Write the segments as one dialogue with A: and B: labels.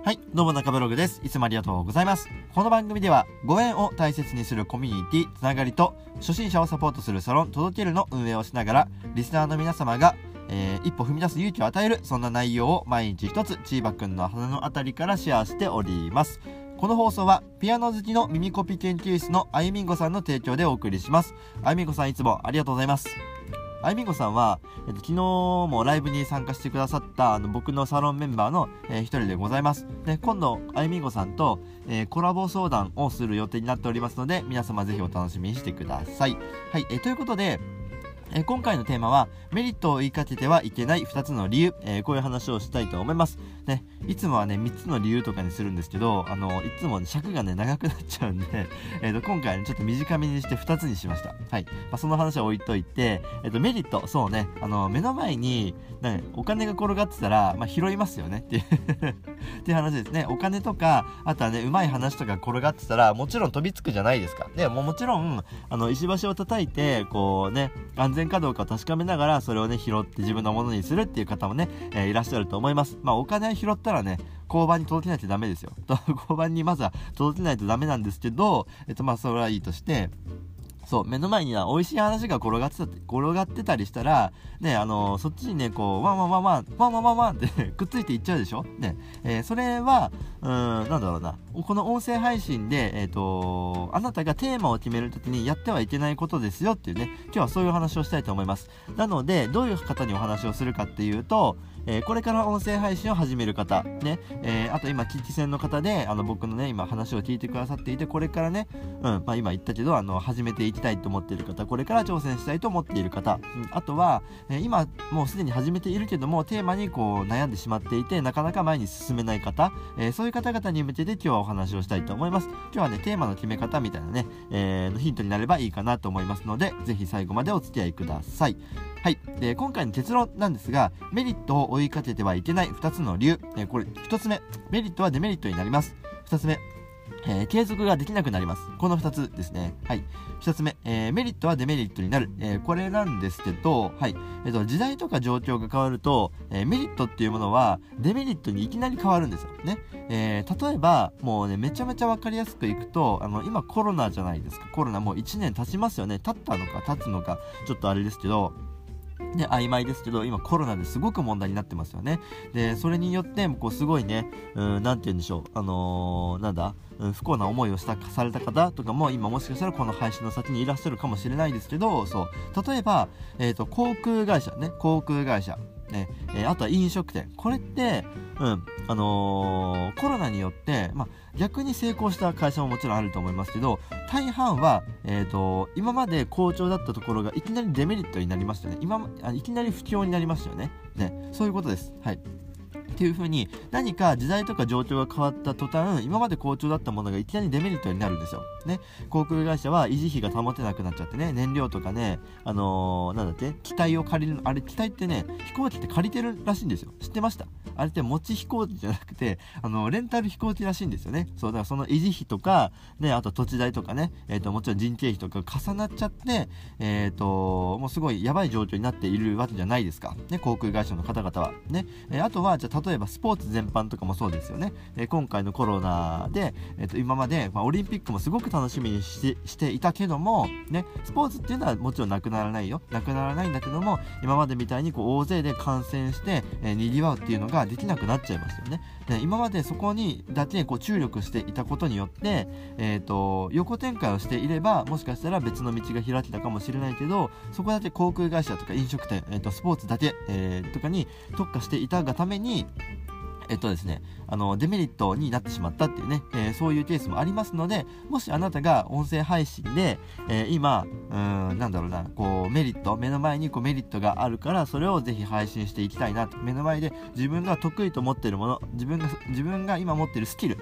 A: はい、どうも中ブログです。いつもありがとうございます。この番組ではご縁を大切にするコミュニティつながりと初心者をサポートするサロン届けるの運営をしながらリスナーの皆様が、一歩踏み出す勇気を与えるそんな内容を毎日一つチーバくんの鼻のあたりからシェアしております。この放送はピアノ好きの耳コピ研究室のあゆみんごさんの提供でお送りします。あゆみんごさんいつもありがとうございます。あゆみんごさんは、昨日もライブに参加してくださった僕のサロンメンバーの、一人でございます。で、今度あゆみんごさんと、コラボ相談をする予定になっておりますので、皆様ぜひお楽しみにしてください。はい、ということで、今回のテーマはメリットを言いかけてはいけない2つの理由、こういう話をしたいと思います。ね、いつもはね3つの理由とかにするんですけど、いつも、ね、尺がね長くなっちゃうんで、今回は、ね、ちょっと短めにして2つにしました。はい、その話は置いといて、メリット、そうね、目の前に、ね、お金が転がってたら、拾いますよねっていうっていう話ですね。お金とか、あとはねうまい話とか転がってたらもちろん飛びつくじゃないですか。でもちろん石橋を叩いてこうね安全かどうかを確かめながらそれをね拾って自分のものにするっていう方もね、いらっしゃると思います。お金を拾ったらね交番に届けないとダメですよ交番にまずは届けないとダメなんですけど、それはいいとして、そう目の前には美味しい話が転がってたりしたらね、そっちにねこうワンワンワンワンワンワンワンワンってくっついていっちゃうでしょね。それはなんだろうな、この音声配信であなたがテーマを決めるときにやってはいけないことですよっていうね、今日はそういうお話をしたいと思います。なのでどういう方にお話をするかっていうと、これから音声配信を始める方ね、あと今聞き戦の方で僕のね今話を聞いてくださっていて、これからね、今言ったけど始めていきたいと思っている方、これから挑戦したいと思っている方、あとは、今もうすでに始めているけどもテーマにこう悩んでしまっていてなかなか前に進めない方、そういう方々に向けて今日はお話をしたいと思います。今日はねテーマの決め方みたいなね、のヒントになればいいかなと思いますので、ぜひ最後までお付き合いください。はい、で今回の結論なんですが、メリットを追いかけてはいけない2つの理由、これ1つ目、メリットはデメリットになります。2つ目、継続ができなくなります。この2つですね。はい、1つ目、メリットはデメリットになる、これなんですけど、はい、時代とか状況が変わると、メリットっていうものはデメリットにいきなり変わるんですよね。例えばもうねめちゃめちゃ分かりやすくいくと今コロナじゃないですか。コロナもう1年経ちますよね。経ったのか経つのかちょっとあれですけどね、曖昧ですけど今コロナですごく問題になってますよね。でそれによってこうすごいねなんて言うんでしょう不幸な思いをされた方とかも今もしかしたらこの配信の先にいらっしゃるかもしれないですけど、そう例えば、航空会社ね、ね、あとは飲食店、これってコロナによって、逆に成功した会社ももちろんあると思いますけど、大半は、今まで好調だったところがいきなりデメリットになりましたね。いきなり不況になりましたよね。そういうことです。はい。っていう風に何か時代とか状況が変わった途端、今まで好調だったものがいきなりデメリットになるんですよ。ね、航空会社は維持費が保てなくなっちゃってね、燃料とかね、機体を借りる、機体ってね、飛行機って借りてるらしいんですよ。知ってました？あれって持ち飛行機じゃなくて、レンタル飛行機らしいんですよね。そうだからその維持費とかね、あと土地代とかね、もちろん人件費とか重なっちゃって、もうすごいやばい状況になっているわけじゃないですか。ね、航空会社の方々はね。あとはじゃあ例えばスポーツ全般とかもそうですよね。今回のコロナで、今まで、オリンピックもすごく楽しみにしていたけども、ね、スポーツっていうのはもちろんなくならないんだけども、今までみたいにこう大勢で観戦して、賑わうっていうのができなくなっちゃいますよね。で今までそこにだけこう注力していたことによって、横展開をしていればもしかしたら別の道が開けたかもしれないけど、そこだけ航空会社とか飲食店、スポーツだけ、とかに特化していたがためにですね、デメリットになってしまったっていうね、そういうケースもありますので、もしあなたが音声配信で、今こう目の前にこうメリットがあるからそれをぜひ配信していきたいなと、目の前で自分が得意と思っているもの、自分が今持っているスキル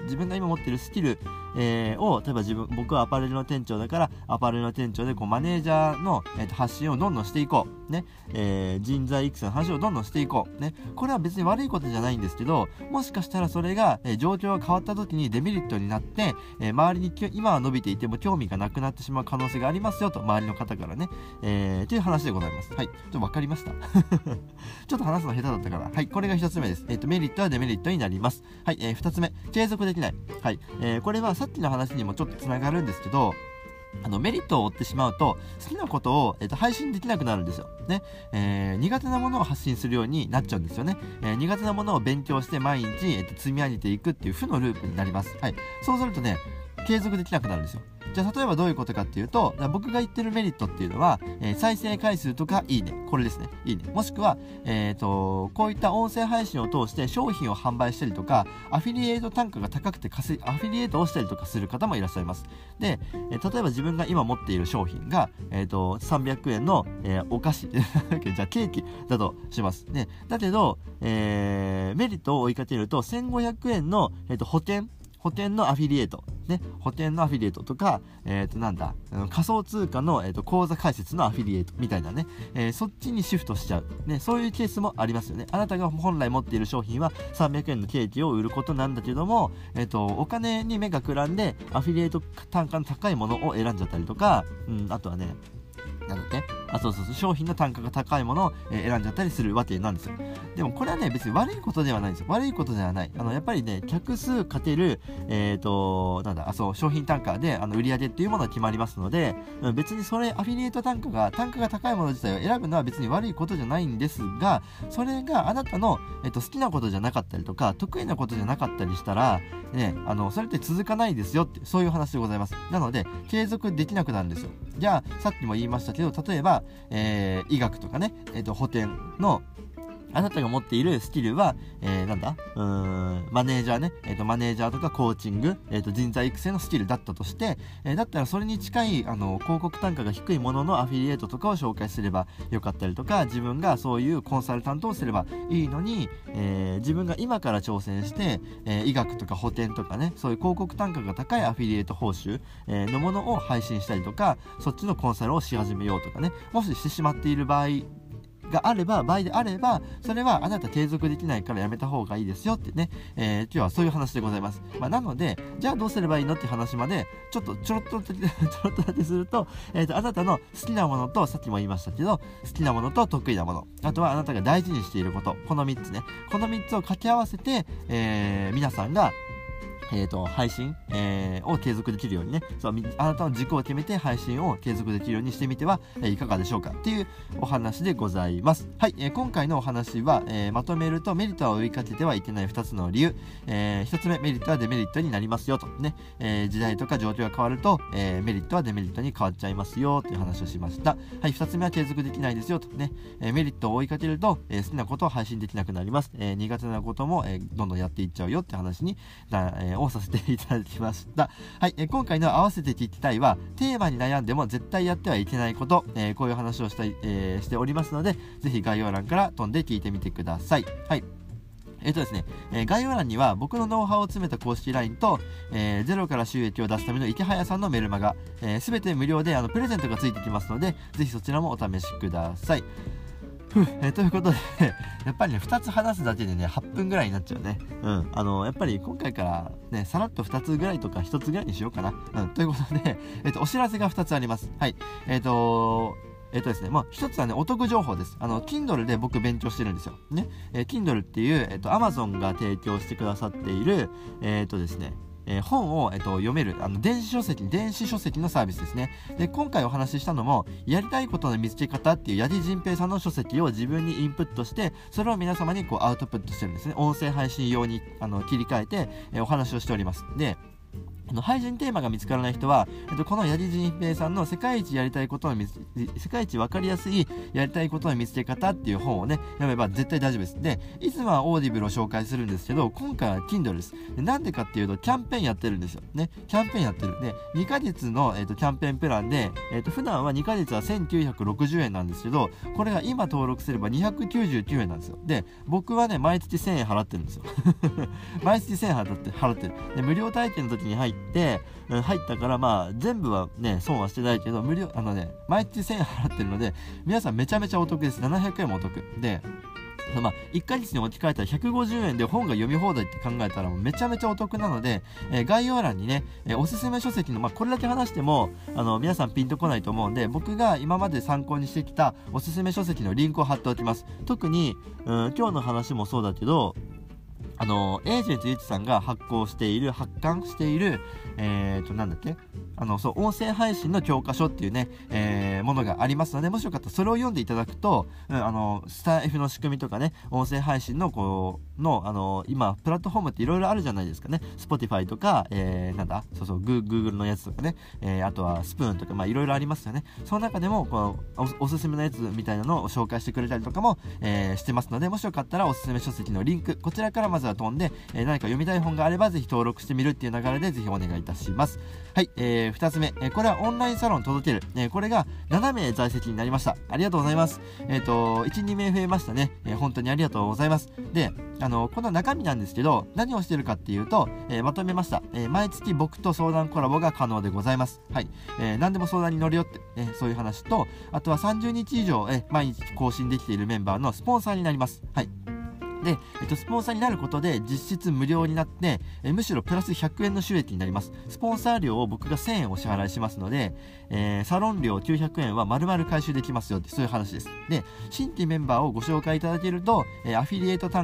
A: を例えば僕はアパレルの店長だからアパレルの店長でこうマネージャーの、発信をどんどんしていこうね、人材育成の話をどんどんしていこうね。これは別に悪いことじゃないんですけど、もしかしたらそそれが、状況が変わった時にデメリットになって、周りに今は伸びていても興味がなくなってしまう可能性がありますよと、周りの方からね、という話でございます。はい、ちょっと分かりましたちょっと話すの下手だったから、はい、これが1つ目です。メリットはデメリットになります。はい、2つ目、継続できない。はい、これはさっきの話にもちょっとつながるんですけど、メリットを負ってしまうと好きなことを、配信できなくなるんですよ、ね。苦手なものを発信するようになっちゃうんですよね。苦手なものを勉強して毎日、積み上げていくっていう負のループになります。はい、そうするとね、継続できなくなるんですよ。じゃあ例えばどういうことかっていうと、僕が言ってるメリットっていうのは、再生回数とかいいね、これですね、いいね、もしくは、こういった音声配信を通して商品を販売したりとか、アフィリエイト単価が高くてアフィリエイトをしたりとかする方もいらっしゃいます。で、例えば自分が今持っている商品が、300円の、お菓子じゃあケーキだとしますね。だけど、メリットを追いかけると1500円の、補填のアフィリエイト、ね、補填のアフィリエイトとか、仮想通貨の、口座開設のアフィリエイトみたいなね、そっちにシフトしちゃう、ね、そういうケースもありますよね。あなたが本来持っている商品は300円のケーキを売ることなんだけども、お金に目がくらんでアフィリエイト単価の高いものを選んじゃったりとか、あとはね、そう商品の単価が高いものを、選んじゃったりするわけなんですよ。でもこれはね、別に悪いことではないんですよ。悪いことではない。やっぱりね、客数かける商品単価で売り上げっていうものが決まりますので、別にそれアフィリエイト単価が高いもの自体を選ぶのは別に悪いことじゃないんですが、それがあなたの、好きなことじゃなかったりとか得意なことじゃなかったりしたらね、それって続かないですよって、そういう話でございます。なので継続できなくなるんですよ。じゃあさっきも言いましたけど、例えば、医学とかね、補填のあなたが持っているスキルは、マネージャーね、マネージャーとかコーチング、人材育成のスキルだったとして、だったらそれに近い広告単価が低いもののアフィリエイトとかを紹介すればよかったりとか、自分がそういうコンサルタントをすればいいのに、自分が今から挑戦して、医学とか補填とかね、そういう広告単価が高いアフィリエイト報酬、のものを配信したりとか、そっちのコンサルをし始めようとかね、もししてしまっている場合であれば、それはあなた継続できないからやめた方がいいですよってね、今日はそういう話でございます。なので、じゃあどうすればいいのって話までちょろっとだけすると、あなたの好きなものと、さっきも言いましたけど、好きなものと得意なもの、あとはあなたが大事にしていること、この3つね、この3つを掛け合わせて、皆さんが配信、を継続できるようにね、あなたの軸を決めて配信を継続できるようにしてみてはいかがでしょうかっていうお話でございます。はい、今回のお話は、まとめると、メリットを追いかけてはいけない2つの理由、1つ目、メリットはデメリットになりますよとね、時代とか状況が変わると、メリットはデメリットに変わっちゃいますよという話をしました。はい、2つ目は継続できないですよとね、メリットを追いかけると、好きなことを配信できなくなります。苦手なことも、どんどんやっていっちゃうよって話にをさせていただきました。はい、今回の合わせて聞きたいは、テーマに悩んでも絶対やってはいけないこと、こういう話をしておりますので、ぜひ概要欄から飛んで聞いてみてください。はい、ですね、概要欄には僕のノウハウを詰めた公式 LINE と、ゼロから収益を出すための池早さんのメルマガ、全て無料でプレゼントがついてきますので、ぜひそちらもお試しください。ということでやっぱりね、2つ話すだけでね8分ぐらいになっちゃうね。やっぱり今回からね、さらっと2つぐらいとか1つぐらいにしようかな。ということで、お知らせが2つあります。はい、ですね、一つはね、お得情報です。Kindle で僕勉強してるんですよ。ね、Kindle っていう、Amazon が提供してくださっている、ですね、本を、読める電子書籍のサービスですね。で、今回お話ししたのも、やりたいことの見つけ方っていう八木仁平さんの書籍を自分にインプットして、それを皆様にアウトプットしてるんですね。音声配信用に切り替えて、お話をしております。で、配信テーマが見つからない人は、この八木仁平さんの世界一わかりやすいやりたいことの見つけ方っていう本をね、読めば絶対大丈夫です。で、いつもはオーディブルを紹介するんですけど、今回は Kindle です。で、なんでかっていうと、キャンペーンやってるんですよ。ね、キャンペーンやってる。で、2ヶ月の、キャンペーンプランで、普段は2ヶ月は1960円なんですけど、これが今登録すれば299円なんですよ。で、僕はね、毎月1000円払ってるんですよ。毎月1000円払ってる。で、無料体験の時に入ったから、全部はね損はしてないけど、毎月1000円払ってるので、皆さんめちゃめちゃお得です。700円もお得で、 1ヶ月に置き換えたら150円で本が読み放題って考えたらもうめちゃめちゃお得なので、概要欄にね、おすすめ書籍の、これだけ話しても皆さんピンとこないと思うんで、僕が今まで参考にしてきたおすすめ書籍のリンクを貼っておきます。特に今日の話もそうだけど、エージェントゆうちさんが発刊しているなんだっけ、音声配信の教科書っていうね、ものがありますので、もしよかったらそれを読んでいただくと、スター F の仕組みとかね、音声配信の今プラットフォームっていろいろあるじゃないですかね。 Spotify とか、Google のやつとかね、あとはスプーンとかいろいろありますよね。その中でもおすすめのやつみたいなのを紹介してくれたりとかも、してますので、もしよかったらおすすめ書籍のリンク、こちらからまずは飛んで、何か読みたい本があればぜひ登録してみるっていう流れでぜひお願いいたします。はい、2つ目、これはオンラインサロン届ける、これが7名在籍になりました。ありがとうございます。1、2名増えましたね。本当にありがとうございます。で、この中身なんですけど、何をしてるかっていうと、まとめました。毎月僕と相談コラボが可能でございます。はい、何でも相談に乗るよって、そういう話と、あとは30日以上、毎日更新できているメンバーのスポンサーになります。はい。で、スポンサーになることで実質無料になって、むしろプラス100円の収益になります。スポンサー料を僕が1000円お支払いしますので、サロン料900円は丸々回収できますよって、そういう話です。で、新規メンバーをご紹介いただけると、アフィリエイトが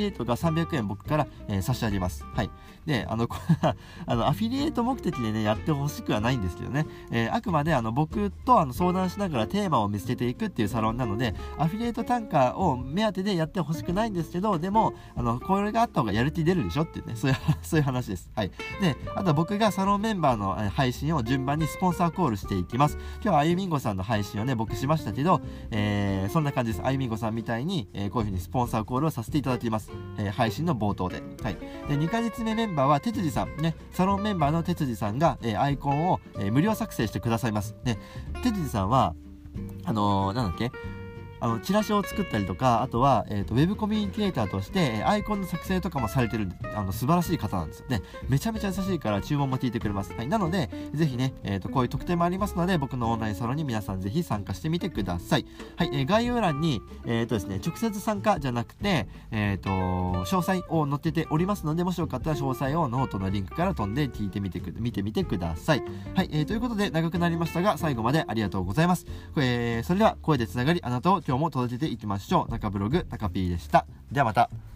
A: 300円僕から、差し上げます。はい。で、アフィリエイト目的でね、やってほしくはないんですけどね、あくまで僕と相談しながらテーマを見つけていくっていうサロンなので、アフィリエイト単価を目当てでやってほしくないんですけど、でもこれがあった方がやる気出るでしょっていうね、そういう話です。はい。で、あとは僕がサロンメンバーの配信を順番にスポンサーコールしていきます。今日はあゆみんごさんの配信をね、僕しましたけど、そんな感じです。あゆみんごさんみたいに、こういう風にスポンサーコールをさせていただきます。配信の冒頭で。はい。で、2ヶ月目メンバーは哲司さんね、サロンメンバーの哲司さんが、アイコンを、無料作成してくださいます。で、哲司さんはなんだっけ、チラシを作ったりとか、あとは、ウェブコミュニケーターとして、アイコンの作成とかもされてる素晴らしい方なんですよ。で、めちゃめちゃ優しいから注文も聞いてくれます。はい。なので、ぜひね、こういう特典もありますので、僕のオンラインサロンに皆さんぜひ参加してみてください。はい。概要欄に、ですね、直接参加じゃなくて、詳細を載っけておりますので、もしよかったら詳細をノートのリンクから飛んで見てみてください。はい。ということで、長くなりましたが、最後までありがとうございます。それでは、声でつながり、あなたを今日も届けていきましょう。中ブログ、中 P でした。ではまた。